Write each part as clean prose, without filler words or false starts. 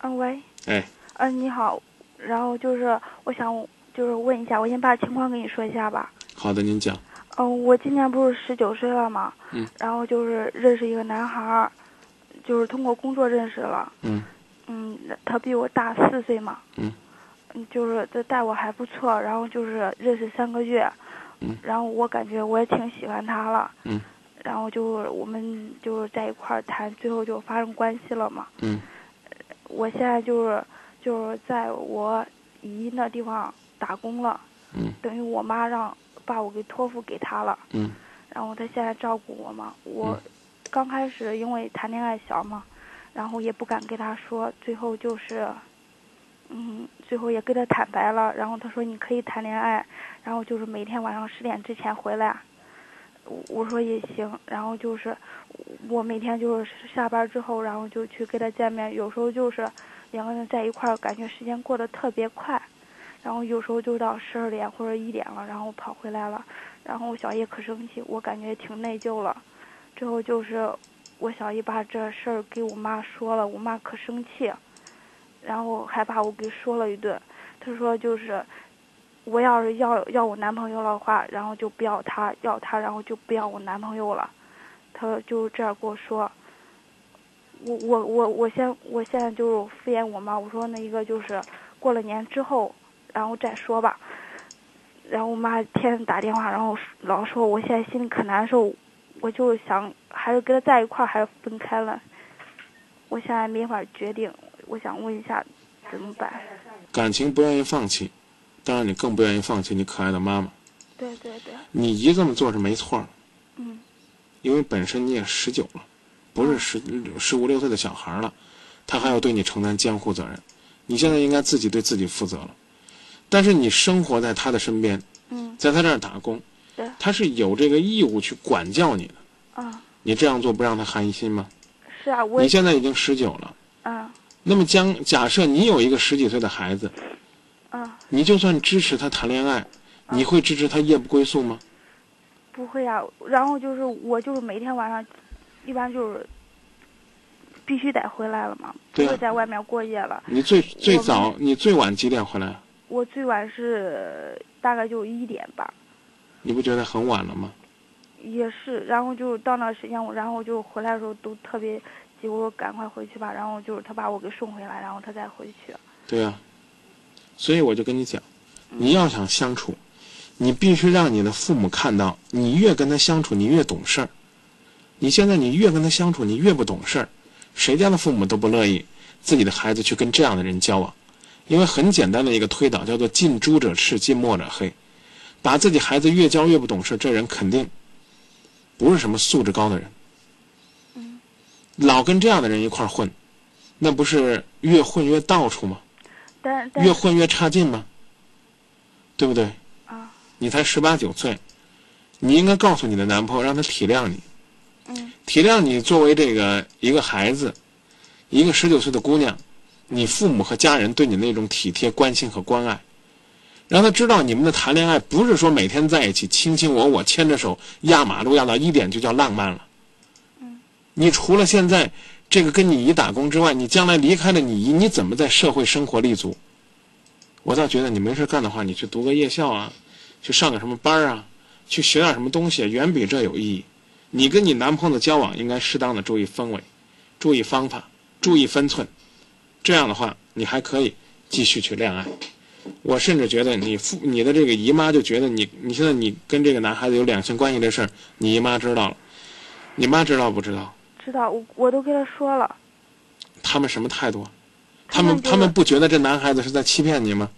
喂。 哎。 你好，然后就是我想就是问一下，我先把情况跟你说一下吧。 好的，您讲。 我今年不是19岁了嘛，然后就是认识一个男孩，就是通过工作认识了。他比我大4岁嘛。就是他待我还不错，然后就是认识3个月。然后我感觉我也挺喜欢他了。然后就是我们就是在一块儿谈，最后就发生关系了嘛。我现在就是在我姨那地方打工了。等于我妈把我给托付给他了。然后他现在照顾我嘛。我刚开始因为谈恋爱小嘛，然后也不敢跟他说，最后就是最后也跟他坦白了，然后他说你可以谈恋爱，然后就是每天晚上10点之前回来。我说也行，然后就是我每天就是下班之后，然后就去跟他见面，有时候就是2个人在一块儿，感觉时间过得特别快，然后有时候就到12点或者1点了，然后跑回来了，然后我小姨可生气，我感觉挺内疚了。之后就是我小姨把这事儿给我妈说了，我妈可生气，然后还把我给说了一顿。她说就是我要是要我男朋友的话，然后就不要他，要他然后就不要我男朋友了。他就这样跟我说。我现在就是敷衍我妈，我说那一个就是过了年之后，然后再说吧。然后我妈天天打电话，然后老说我现在心里可难受，我就想还是跟他在一块儿还是分开了。我现在没法决定，我想问一下怎么办？ 感情不愿意放弃，当然你更不愿意放弃你可爱的妈妈。 对对对。 你姨这么做是没错的。因为本身你也19了，不是15、16岁的小孩了，他还要对你承担监护责任。你现在应该自己对自己负责了。但是你生活在他的身边，在他这儿打工，他是有这个义务去管教你的。你这样做不让他寒心吗？ 是啊， 你现在已经19了。那么假设你有一个10几岁的孩子，你就算支持他谈恋爱，你会支持他夜不归宿吗？ 不会啊。然后就是我就是每天晚上一般就是必须得回来了嘛，不会在外面过夜了。 你最早你最晚几点回来？ 我最晚是大概就1点吧。 你不觉得很晚了吗？ 也是，然后就到那时间，然后就回来的时候都特别急，我说赶快回去吧，然后就是他把我给送回来，然后他再回去。对啊，所以我就跟你讲，你要想相处，你必须让你的父母看到，你越跟他相处，你越懂事儿。你现在你越跟他相处，你越不懂事儿。谁家的父母都不乐意自己的孩子去跟这样的人交往，因为很简单的一个推导叫做近朱者赤，近墨者黑。把自己孩子越教越不懂事，这人肯定不是什么素质高的人。老跟这样的人一块混，那不是越混越到处吗？越混越差劲吗？对不对？你才18、19岁，你应该告诉你的男朋友，让他体谅你。体谅你作为这个一个孩子，一个19岁的姑娘，你父母和家人对你那种体贴、关心和关爱，让他知道你们的谈恋爱不是说每天在一起卿卿我我，牵着手压马路压到1点就叫浪漫了。你除了现在这个跟你姨打工之外，你将来离开了你姨，你怎么在社会生活立足？我倒觉得你没事干的话，你去读个夜校啊，去上个什么班啊，去学点什么东西，远比这有意义。你跟你男朋友的交往应该适当的注意氛围，注意方法，注意分寸，这样的话你还可以继续去恋爱。我甚至觉得你的这个姨妈就觉得你现在你跟这个男孩子有两性关系这事儿，你姨妈知道了，你妈知道不知道？ 知道，我都跟他说了。 他们什么态度？他们不觉得这男孩子是在欺骗你吗？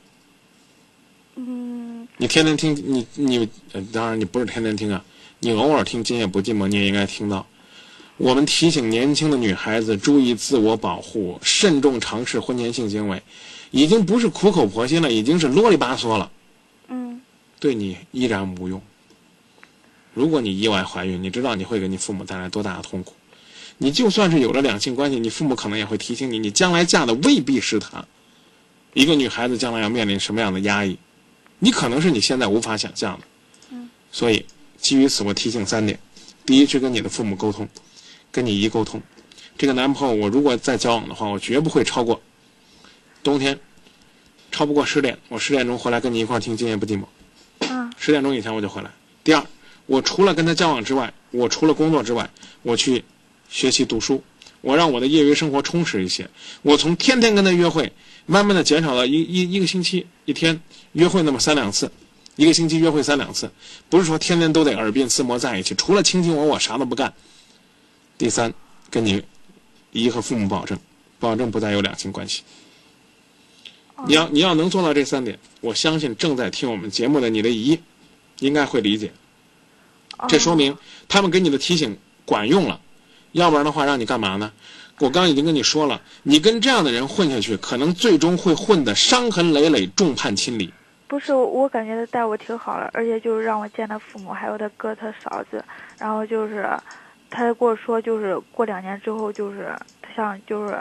你天天听你当然你不是天天听啊，你偶尔听今夜不寂寞，你也应该听到。我们提醒年轻的女孩子注意自我保护，慎重尝试婚前性行为，已经不是苦口婆心了，已经是啰里吧嗦了。对你依然无用。如果你意外怀孕，你知道你会给你父母带来多大的痛苦。你就算是有了两性关系，你父母可能也会提醒你，你将来嫁的未必是他。一个女孩子将来要面临什么样的压抑，你可能是你现在无法想象的。所以基于此，我提醒3点：第一，去跟你的父母沟通，跟你姨沟通， 这个男朋友我如果再交往的话，我绝不会超过冬天超不过10点，我10点钟回来跟你一块听今夜不寂寞。10点钟以前我就回来。第二，我除了跟他交往之外，我除了工作之外，我去学习读书，我让我的业余生活充实一些。我从天天跟他约会，慢慢的减少了一个星期一天约会那么3-2次，一个星期约会3-2次，不是说天天都得耳鬓厮磨在一起，除了卿卿我啥都不干。第三，跟你姨和父母保证不再有两性关系。你要能做到这3点，我相信正在听我们节目的你的姨应该会理解。这说明他们给你的提醒管用了，要不然的话让你干嘛呢？我刚已经跟你说了，你跟这样的人混下去，可能最终会混得伤痕累累，众叛亲离。 不是，我感觉他待我挺好了，而且就是让我见他父母，还有他哥他嫂子，然后就是他跟我说，就是过2年之后，就是他想就是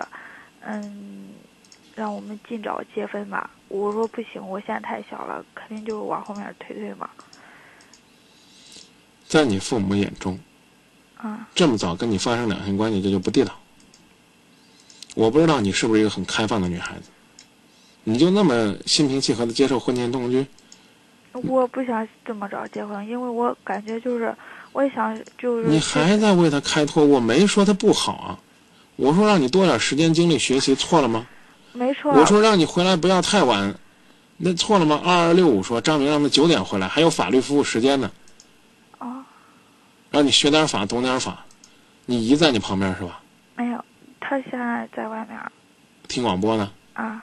让我们尽早结婚吧。我说不行，我现在太小了，肯定就是往后面推嘛。 在你父母眼中，这么早跟你发生两性关系，这就不地道。我不知道你是不是一个很开放的女孩子，你就那么心平气和的接受婚前同居？ 我不想这么早结婚，因为我感觉就是，我也想就是。 你还在为他开脱，我没说他不好啊，我说让你多点时间精力学习，错了吗？ 没错。 我说让你回来不要太晚，那错了吗？2265说张明让他9点回来，还有法律服务时间呢。让你学点法，懂点法。你姨在你旁边是吧？ 没有，他现在在外面。 听广播呢？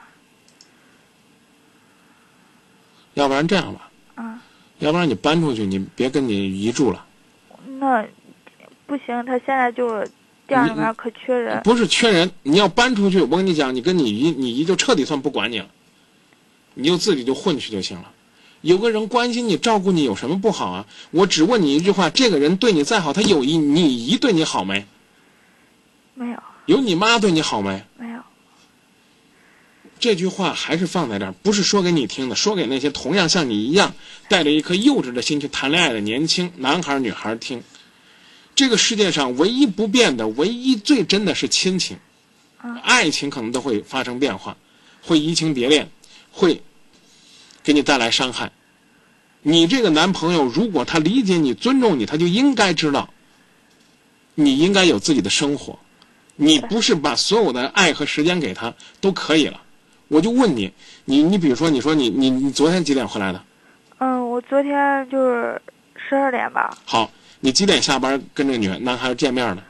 要不然这样吧。要不然你搬出去，你别跟你姨住了。 那不行，他现在就店里面可缺人。 不是缺人，你要搬出去，我跟你讲，你跟你姨就彻底算不管你了，你就自己就混去就行了。有个人关心你照顾你有什么不好啊？我只问你一句话，这个人对你再好，他有你姨对你好没？ 没有。 有你妈对你好没？ 没有。 这句话还是放在这儿，不是说给你听的，说给那些同样像你一样带着一颗幼稚的心去谈恋爱的年轻男孩女孩听。这个世界上唯一不变的，唯一最真的是亲情。爱情可能都会发生变化，会移情别恋，会给你带来伤害。你这个男朋友如果他理解你尊重你，他就应该知道你应该有自己的生活，你不是把所有的爱和时间给他都可以了。我就问你，你比如说，你说你昨天几点回来的？ 我昨天就是12点吧。 好，你几点下班跟这个男孩见面的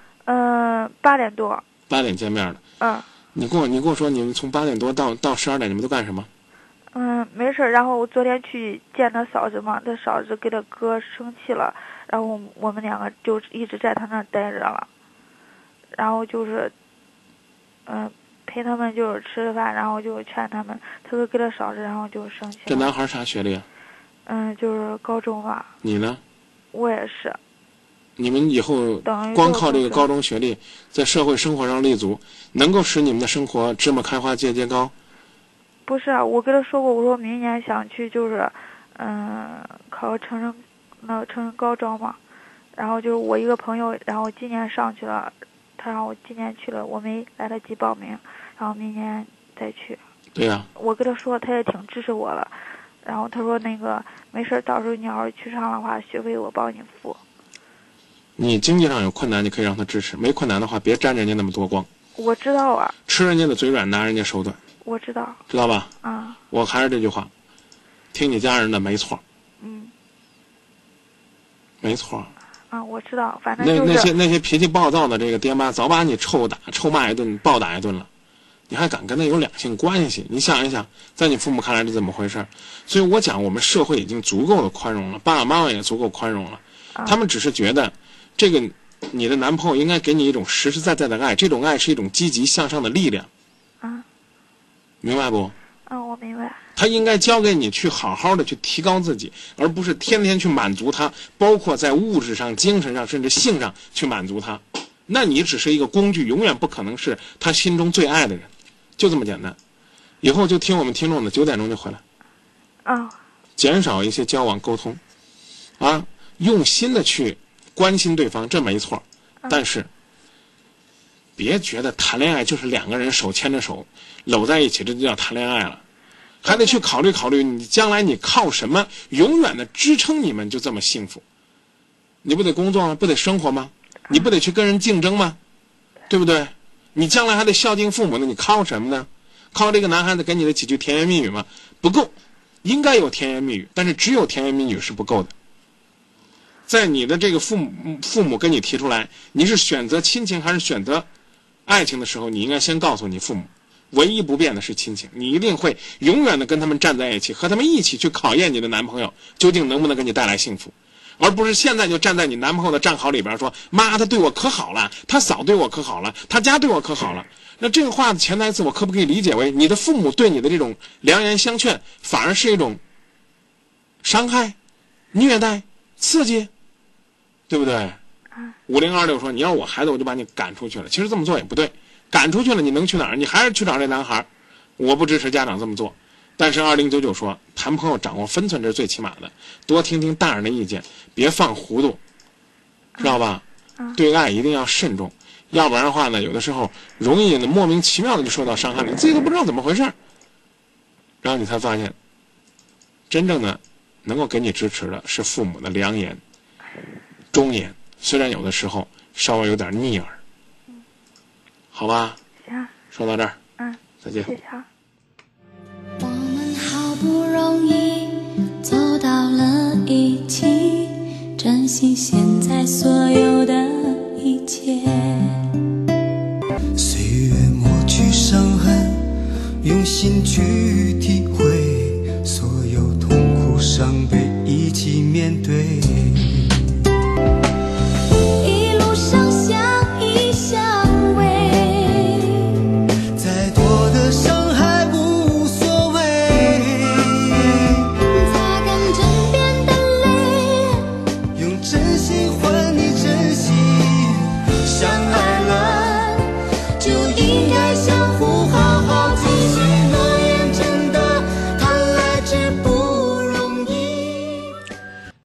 ？8点多。 8点见面的。你跟我说，你们从8点多到12点，你们都干什么？ 没事。然后我昨天去见他嫂子嘛，他嫂子给他哥生气了，然后我们2个就一直在他那儿待着了，然后就是陪他们就是吃饭，然后就劝他们，他哥给他嫂子，然后就生气了。 这男孩啥学历啊？ 就是高中吧。 你呢？ 我也是。 你们以后光靠这个高中学历，在社会生活上立足，能够使你们的生活芝麻开花节节高？ 不是啊，我跟他说过，我说明年想去就是考成人高招嘛，然后就是我一个朋友，然后今年上去了，他让我今年去了，我没来得及报名，然后明年再去。 对呀。 我跟他说，他也挺支持我了，然后他说那个没事，到时候你要是去上的话，学费我帮你付。你经济上有困难，你可以让他支持；没困难的话，别沾人家那么多光。 我知道啊。 吃人家的嘴软，拿人家手短。 我知道。 知道吧？我还是这句话，听你家人的没错。没错。 我知道，反正就是那些脾气暴躁的这个爹妈，早把你臭骂一顿，暴打一顿了，你还敢跟他有两性关系？你想一想，在你父母看来是怎么回事？所以我讲，我们社会已经足够的宽容了，爸爸妈妈也足够宽容了，他们只是觉得这个你的男朋友应该给你一种实实在在的爱，这种爱是一种积极向上的力量。明白不？ 我明白。 他应该交给你去好好的去提高自己，而不是天天去满足他，包括在物质上、精神上，甚至性上去满足他。那你只是一个工具，永远不可能是他心中最爱的人，就这么简单。以后就听我们听众的，9点钟就回来。减少一些交往沟通，用心的去关心对方，这没错。但是别觉得谈恋爱就是两个人手牵着手搂在一起，这就叫谈恋爱了。还得去考虑考虑，你将来你靠什么永远的支撑你们就这么幸福？你不得工作吗？不得生活吗？你不得去跟人竞争吗？对不对？你将来还得孝敬父母呢，你靠什么呢？靠这个男孩子给你的几句甜言蜜语吗？不够，应该有甜言蜜语，但是只有甜言蜜语是不够的。在你的这个父母跟你提出来，你是选择亲情还是选择爱情的时候，你应该先告诉你父母，唯一不变的是亲情，你一定会永远的跟他们站在一起，和他们一起去考验你的男朋友究竟能不能给你带来幸福，而不是现在就站在你男朋友的战壕里边说，妈他对我可好了，他嫂对我可好了，他家对我可好了。那这个话的潜台词我可不可以理解为，你的父母对你的这种良言相劝反而是一种伤害、虐待、刺激，对不对？5026说，你要我孩子我就把你赶出去了，其实这么做也不对，赶出去了你能去哪儿？你还是去找这男孩。我不支持家长这么做，但是2099说，谈朋友掌握分寸这是最起码的，多听听大人的意见，别放糊涂，知道吧？对爱一定要慎重，要不然的话呢，有的时候容易呢莫名其妙的就受到伤害，你自己都不知道怎么回事，然后你才发现，真正的能够给你支持的是父母的良言、忠言，虽然有的时候稍微有点逆耳，好吧？ 行， 说到这儿，再见。 谢谢啊。 我们好不容易走到了一起，珍惜现在所有的一切。 岁月抹去伤痕，用心去体会，所有痛苦伤悲一起面对。